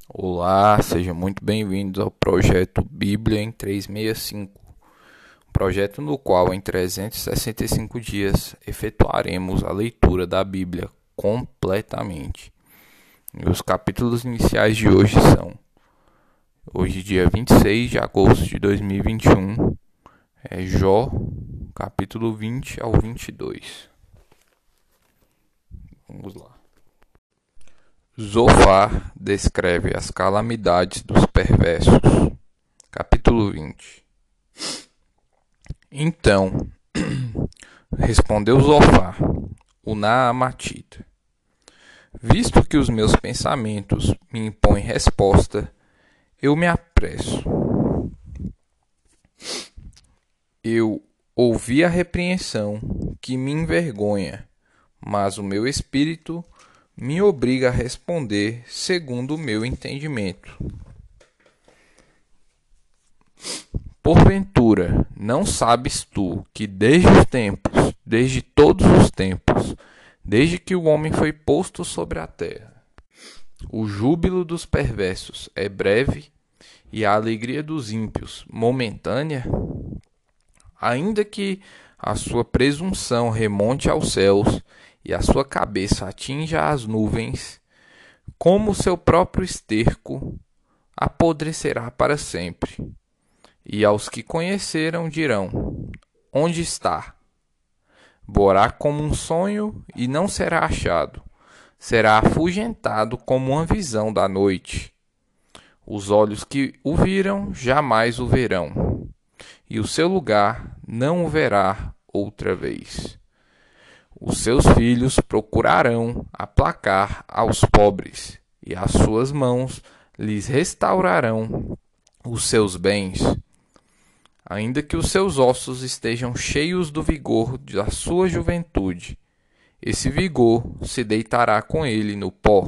Olá, sejam muito bem-vindos ao projeto Bíblia em 365, um projeto no qual em 365 dias efetuaremos a leitura da Bíblia completamente. E os capítulos iniciais de hoje são: hoje, dia 26 de agosto de 2021, é Jó, capítulo 20 ao 22. Vamos lá. Zofar descreve as calamidades dos perversos. Capítulo 20. Então, respondeu Zofar, o Naamatita: visto que os meus pensamentos me impõem resposta, eu me apresso. Eu ouvi a repreensão que me envergonha, mas o meu espírito me obriga a responder segundo o meu entendimento. Porventura, não sabes tu que desde todos os tempos, desde que o homem foi posto sobre a terra, o júbilo dos perversos é breve e a alegria dos ímpios momentânea? Ainda que a sua presunção remonte aos céus e a sua cabeça atinja as nuvens, como seu próprio esterco apodrecerá para sempre. E aos que conheceram dirão: onde está? Voará como um sonho e não será achado. Será afugentado como uma visão da noite. Os olhos que o viram jamais o verão, e o seu lugar não o verá outra vez. Os seus filhos procurarão aplacar aos pobres, e as suas mãos lhes restaurarão os seus bens. Ainda que os seus ossos estejam cheios do vigor da sua juventude, esse vigor se deitará com ele no pó.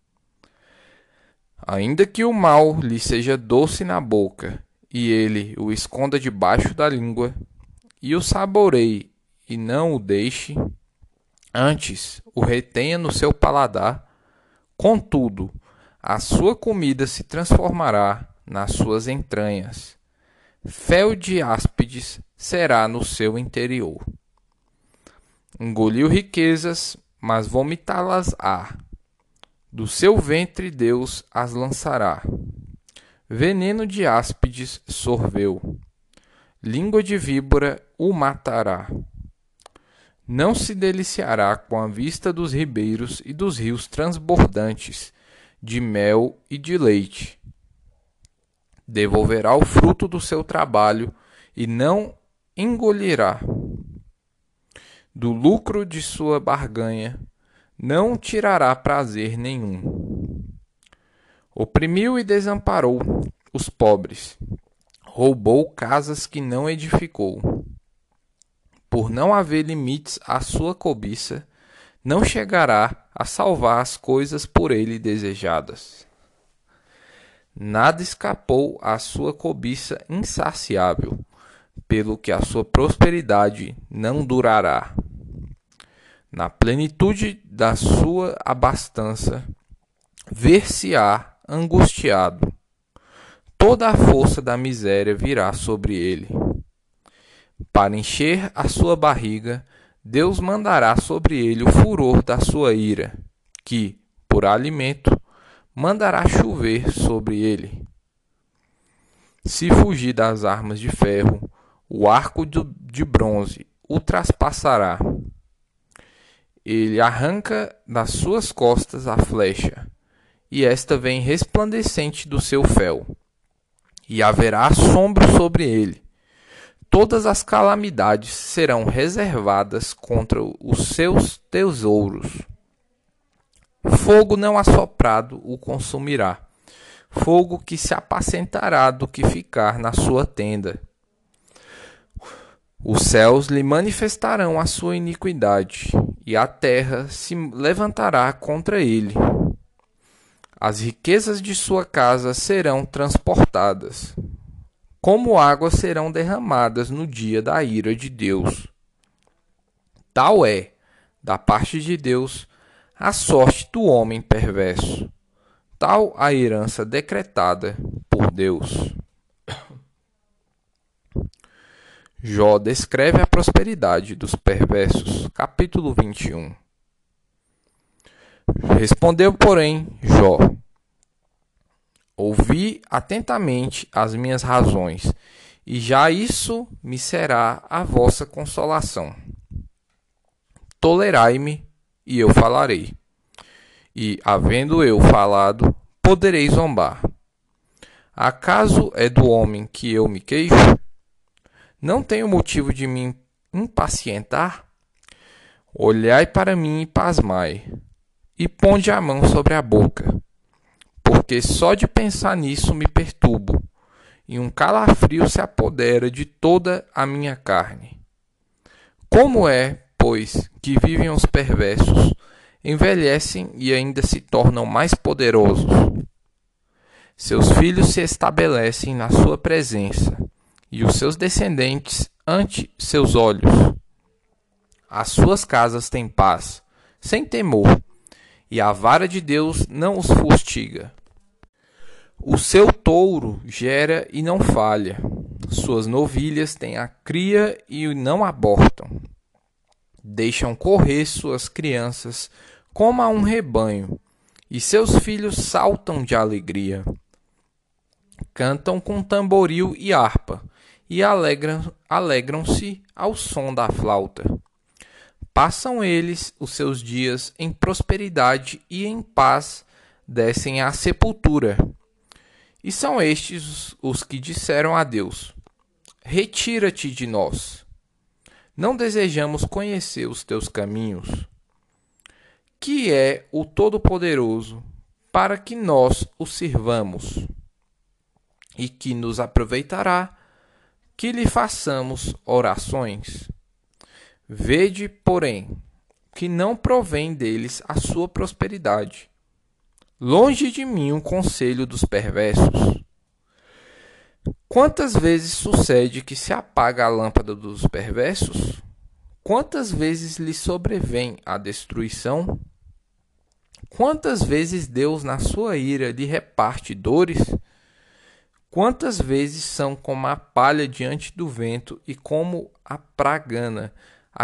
Ainda que o mal lhe seja doce na boca, e ele o esconda debaixo da língua, e o saboreie e não o deixe, antes o retenha no seu paladar, contudo, a sua comida se transformará nas suas entranhas. Fel de áspides será no seu interior. Engoliu riquezas, mas vomitá-las-á. Do seu ventre Deus as lançará. Veneno de áspides sorveu. Língua de víbora o matará. Não se deliciará com a vista dos ribeiros e dos rios transbordantes de mel e de leite. Devolverá o fruto do seu trabalho e não engolirá. Do lucro de sua barganha não tirará prazer nenhum. Oprimiu e desamparou os pobres. Roubou casas que não edificou. Por não haver limites à sua cobiça, não chegará a salvar as coisas por ele desejadas. Nada escapou à sua cobiça insaciável, pelo que a sua prosperidade não durará. Na plenitude da sua abastança, ver-se-á angustiado. Toda a força da miséria virá sobre ele. Para encher a sua barriga, Deus mandará sobre ele o furor da sua ira, que, por alimento, mandará chover sobre ele. Se fugir das armas de ferro, o arco de bronze o traspassará. Ele arranca das suas costas a flecha, e esta vem resplandecente do seu fel, e haverá assombro sobre ele. Todas as calamidades serão reservadas contra os seus tesouros. Fogo não assoprado o consumirá, fogo que se apacentará do que ficar na sua tenda. Os céus lhe manifestarão a sua iniquidade, e a terra se levantará contra ele. As riquezas de sua casa serão transportadas, como águas serão derramadas no dia da ira de Deus. Tal é, da parte de Deus, a sorte do homem perverso. tal a herança decretada por Deus. Jó descreve a prosperidade dos perversos, capítulo 21. Respondeu, porém, Jó: ouvi atentamente as minhas razões, e já isso me será a vossa consolação. Tolerai-me, e eu falarei, e, havendo eu falado, poderei zombar. Acaso é do homem que eu me queixo? Não tenho motivo de me impacientar? Olhai para mim e pasmai, e ponde a mão sobre a boca, porque só de pensar nisso me perturbo, e um calafrio se apodera de toda a minha carne. Como é, pois, que vivem os perversos, envelhecem e ainda se tornam mais poderosos? Seus filhos se estabelecem na sua presença, e os seus descendentes ante seus olhos. As suas casas têm paz, sem temor, e a vara de Deus não os fustiga. O seu touro gera e não falha, suas novilhas têm a cria e não abortam. Deixam correr suas crianças como a um rebanho, e seus filhos saltam de alegria. Cantam com tamboril e harpa, e alegram-se ao som da flauta. Passam eles os seus dias em prosperidade e em paz descem à sepultura. E são estes os que disseram a Deus: retira-te de nós. Não desejamos conhecer os teus caminhos. Que é o Todo-Poderoso, para que nós o sirvamos, e que nos aproveitará que lhe façamos orações. Vede, porém, que não provém deles a sua prosperidade. Longe de mim o conselho dos perversos. Quantas vezes sucede que se apaga a lâmpada dos perversos? Quantas vezes lhe sobrevém a destruição? Quantas vezes Deus, na sua ira, lhe reparte dores? Quantas vezes são como a palha diante do vento e como a pragana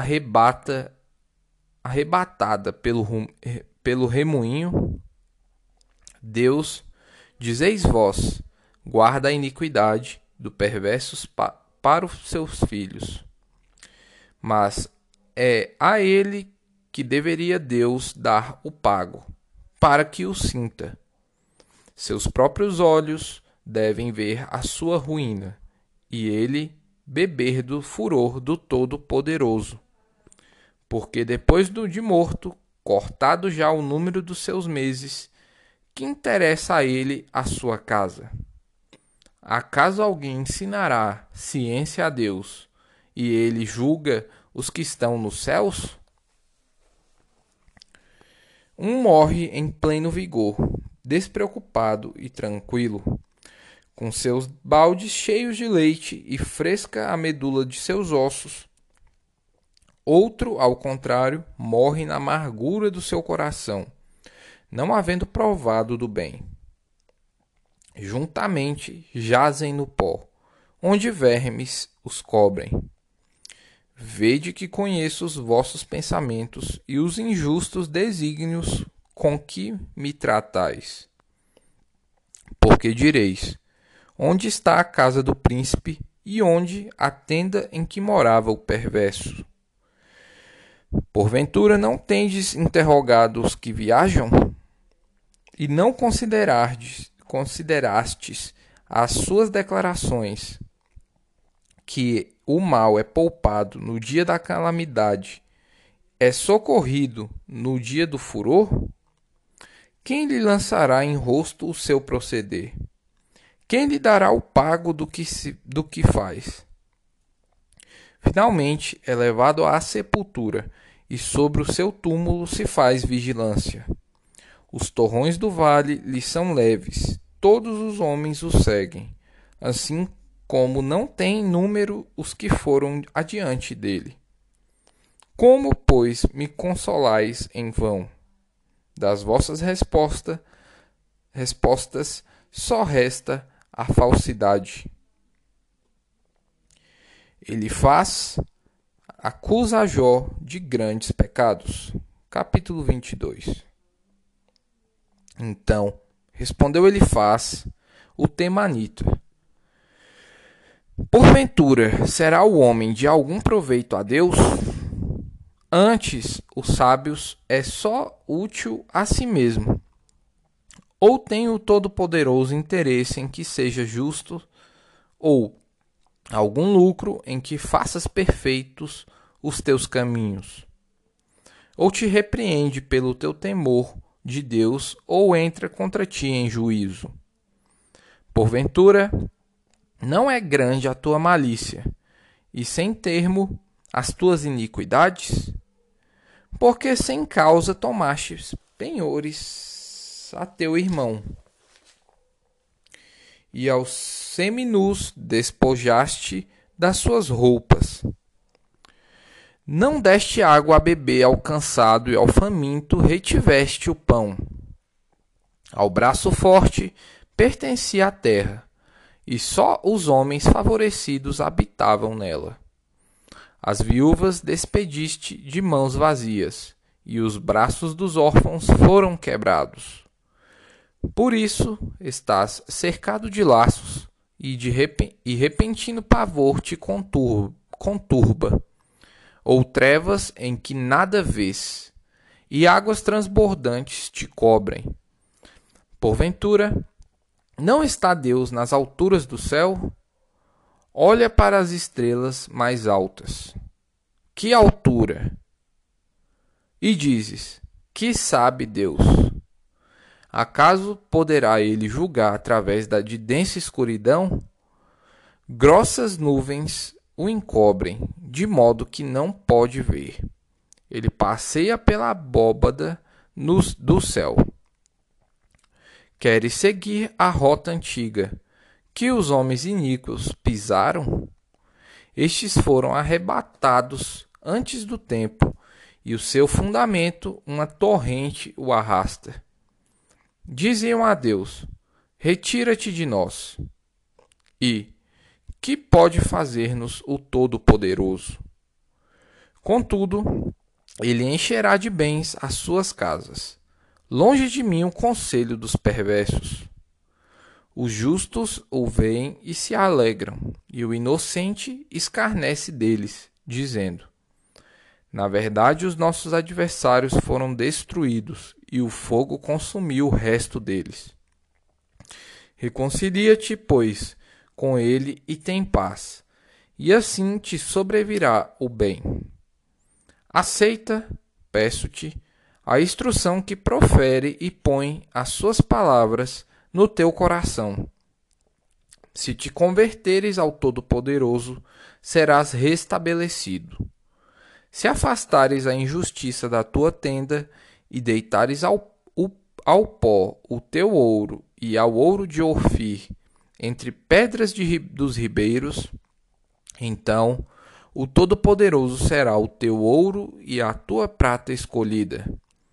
arrebatada pelo remoinho? Deus, dizeis vós, guarda a iniquidade do perverso para os seus filhos. Mas é a ele que deveria Deus dar o pago, para que o sinta. Seus próprios olhos devem ver a sua ruína, e ele beber do furor do Todo-Poderoso. Porque depois de morto, cortado já o número dos seus meses, que interessa a ele a sua casa? Acaso alguém ensinará ciência a Deus, e ele julga os que estão nos céus? Um morre em pleno vigor, despreocupado e tranquilo, com seus baldes cheios de leite e fresca a medula de seus ossos. Outro, ao contrário, morre na amargura do seu coração, não havendo provado do bem. Juntamente jazem no pó, onde vermes os cobrem. Vede que conheço os vossos pensamentos e os injustos desígnios com que me tratais. Porque direis: onde está a casa do príncipe e onde a tenda em que morava o perverso? Porventura não tendes interrogado os que viajam? E não considerastes as suas declarações, que o mal é poupado no dia da calamidade, é socorrido no dia do furor? Quem lhe lançará em rosto o seu proceder? Quem lhe dará o pago do que faz? Finalmente é levado à sepultura, e sobre o seu túmulo se faz vigilância. Os torrões do vale lhe são leves, todos os homens o seguem, assim como não tem número os que foram adiante dele. Como, pois, me consolais em vão? Das vossas respostas respostas, só resta a falsidade. Elifaz acusa Jó de grandes pecados. Capítulo 22. Então, respondeu Elifaz, o temanita: porventura, será o homem de algum proveito a Deus? Antes, os sábios é só útil a si mesmo. Ou tem o Todo-Poderoso interesse em que seja justo, ou algum lucro em que faças perfeitos os teus caminhos. Ou te repreende pelo teu temor de Deus, ou entra contra ti em juízo. Porventura, não é grande a tua malícia, e sem termo as tuas iniquidades? Porque sem causa tomastes penhores a teu irmão, e aos seminus despojaste das suas roupas. Não deste água a beber ao cansado, e ao faminto retiveste o pão. Ao braço forte pertencia a terra, e só os homens favorecidos habitavam nela. As viúvas despediste de mãos vazias, e os braços dos órfãos foram quebrados. Por isso estás cercado de laços, e repentino pavor te conturba, ou trevas em que nada vês, e águas transbordantes te cobrem. Porventura, não está Deus nas alturas do céu? Olha para as estrelas mais altas. Que altura! E dizes: que sabe Deus? Acaso poderá ele julgar através da de densa escuridão? Grossas nuvens o encobrem, de modo que não pode ver. Ele passeia pela abóbada do céu. Queres seguir a rota antiga, que os homens iníquos pisaram? Estes foram arrebatados antes do tempo, e o seu fundamento uma torrente o arrasta. Diziam a Deus: retira-te de nós. E que pode fazer-nos o Todo-Poderoso? Contudo, ele encherá de bens as suas casas. Longe de mim o conselho dos perversos. Os justos o veem e se alegram, e o inocente escarnece deles, dizendo: na verdade, os nossos adversários foram destruídos, e o fogo consumiu o resto deles. Reconcilia-te, pois, com ele e tem paz, e assim te sobrevirá o bem. Aceita, peço-te, a instrução que profere e põe as suas palavras no teu coração. Se te converteres ao Todo-Poderoso, serás restabelecido. Se afastares a injustiça da tua tenda e deitares ao pó o teu ouro e ao ouro de Ofir entre pedras dos ribeiros, então o Todo-Poderoso será o teu ouro e a tua prata escolhida.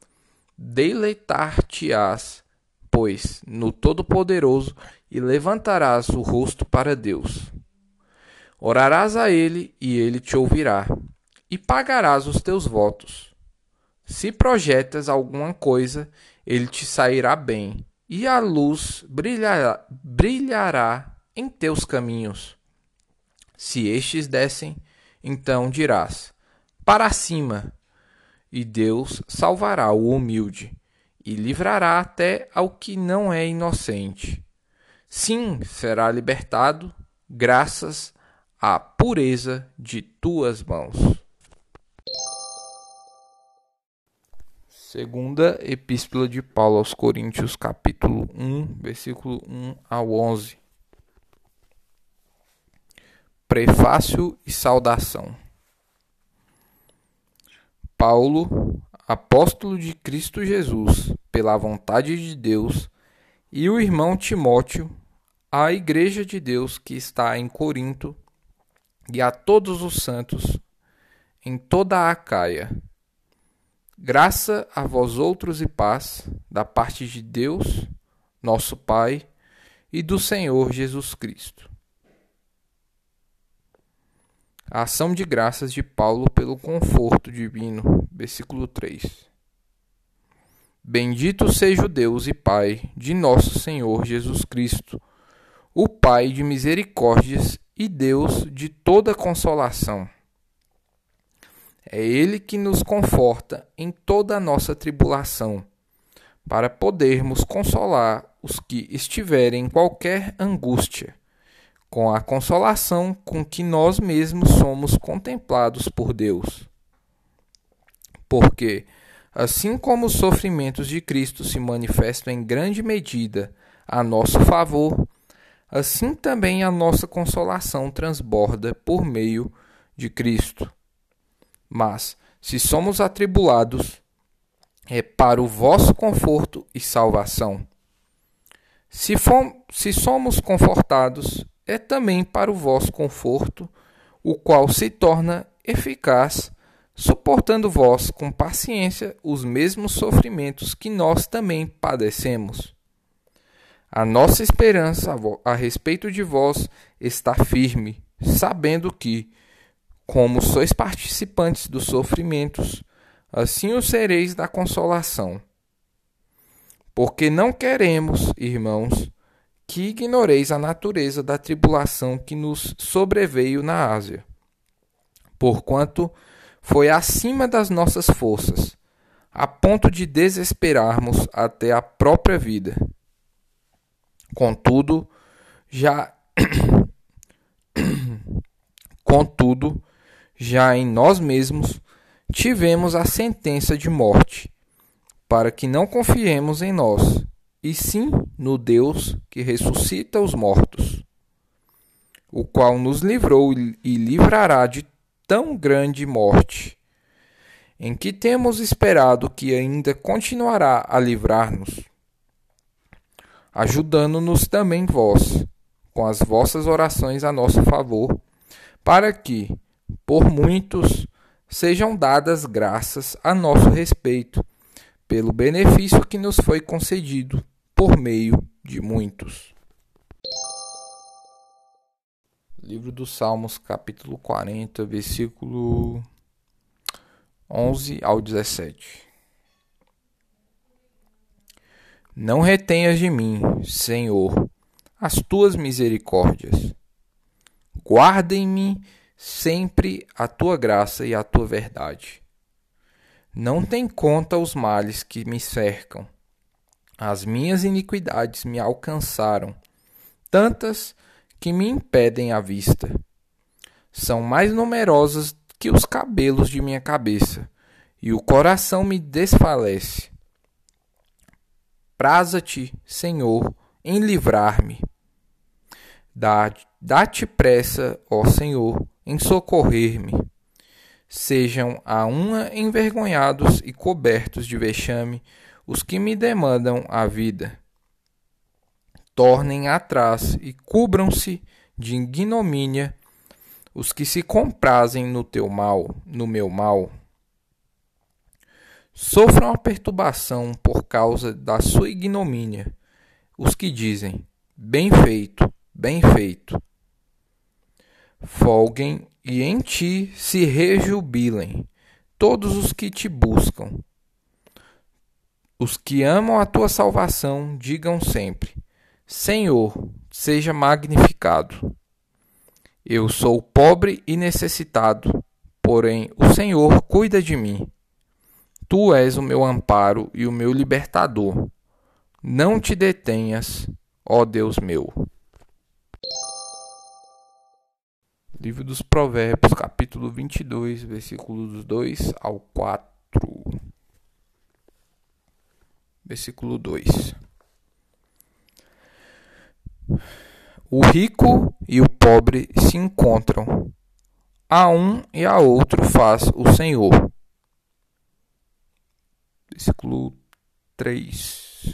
Deleitar-te-ás, pois, no Todo-Poderoso, e levantarás o rosto para Deus. Orarás a ele, e ele te ouvirá, e pagarás os teus votos. Se projetas alguma coisa, ele te sairá bem, e a luz brilhará em teus caminhos. Se estes descem, então dirás: para cima, e Deus salvará o humilde, e livrará até ao que não é inocente. Sim, será libertado, graças à pureza de tuas mãos. Segunda Epístola de Paulo aos Coríntios, capítulo 1, versículo 1 ao 11. Prefácio e saudação. Paulo, apóstolo de Cristo Jesus, pela vontade de Deus, e o irmão Timóteo, à Igreja de Deus que está em Corinto, e a todos os santos em toda a Acaia. Graça a vós outros e paz, da parte de Deus, nosso Pai, e do Senhor Jesus Cristo. A ação de graças de Paulo pelo conforto divino. Versículo 3. Bendito seja o Deus e Pai de nosso Senhor Jesus Cristo, o Pai de misericórdias e Deus de toda consolação. É Ele que nos conforta em toda a nossa tribulação, para podermos consolar os que estiverem em qualquer angústia, com a consolação com que nós mesmos somos contemplados por Deus. Porque, assim como os sofrimentos de Cristo se manifestam em grande medida a nosso favor, assim também a nossa consolação transborda por meio de Cristo. Mas, se somos atribulados, é para o vosso conforto e salvação. Se somos confortados, é também para o vosso conforto, o qual se torna eficaz, suportando vós com paciência os mesmos sofrimentos que nós também padecemos. A nossa esperança a respeito de vós está firme, sabendo que, como sois participantes dos sofrimentos, assim o sereis da consolação. Porque não queremos, irmãos, que ignoreis a natureza da tribulação que nos sobreveio na Ásia, porquanto foi acima das nossas forças, a ponto de desesperarmos até a própria vida. Contudo, já em nós mesmos tivemos a sentença de morte, para que não confiemos em nós, e sim no Deus que ressuscita os mortos, o qual nos livrou e livrará de tão grande morte, em que temos esperado que ainda continuará a livrar-nos, ajudando-nos também vós, com as vossas orações a nosso favor, para que, por muitos, sejam dadas graças a nosso respeito, pelo benefício que nos foi concedido por meio de muitos. Livro dos Salmos, capítulo 40, versículo 11 ao 17. Não retenhas de mim, Senhor, as tuas misericórdias. Guardem-me sempre a tua graça e a tua verdade. Não tem conta os males que me cercam. As minhas iniquidades me alcançaram, tantas que me impedem a vista. São mais numerosas que os cabelos de minha cabeça, e o coração me desfalece. Praza-te, Senhor, em livrar-me. Dá-te pressa, ó Senhor, em socorrer-me. Sejam a uma envergonhados e cobertos de vexame os que me demandam a vida. Tornem atrás e cubram-se de ignomínia os que se comprazem no meu mal. Sofram a perturbação por causa da sua ignomínia os que dizem, bem feito, bem feito. Folguem e em ti se rejubilem todos os que te buscam. Os que amam a tua salvação digam sempre, Senhor, seja magnificado. Eu sou pobre e necessitado, porém o Senhor cuida de mim. Tu és o meu amparo e o meu libertador. Não te detenhas, ó Deus meu. Livro dos Provérbios, capítulo 22, versículos 2 ao 4. Versículo 2. O rico e o pobre se encontram. A um e a outro faz o Senhor. Versículo 3.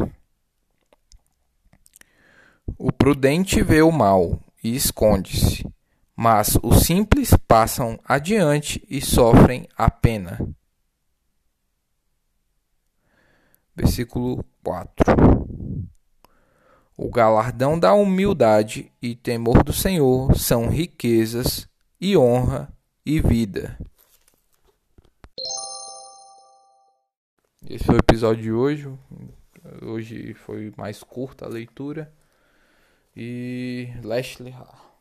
O prudente vê o mal e esconde-se, mas os simples passam adiante e sofrem a pena. Versículo 4. O galardão da humildade e temor do Senhor são riquezas e honra e vida. Esse foi o episódio de hoje. Hoje foi mais curta a leitura. E Leslie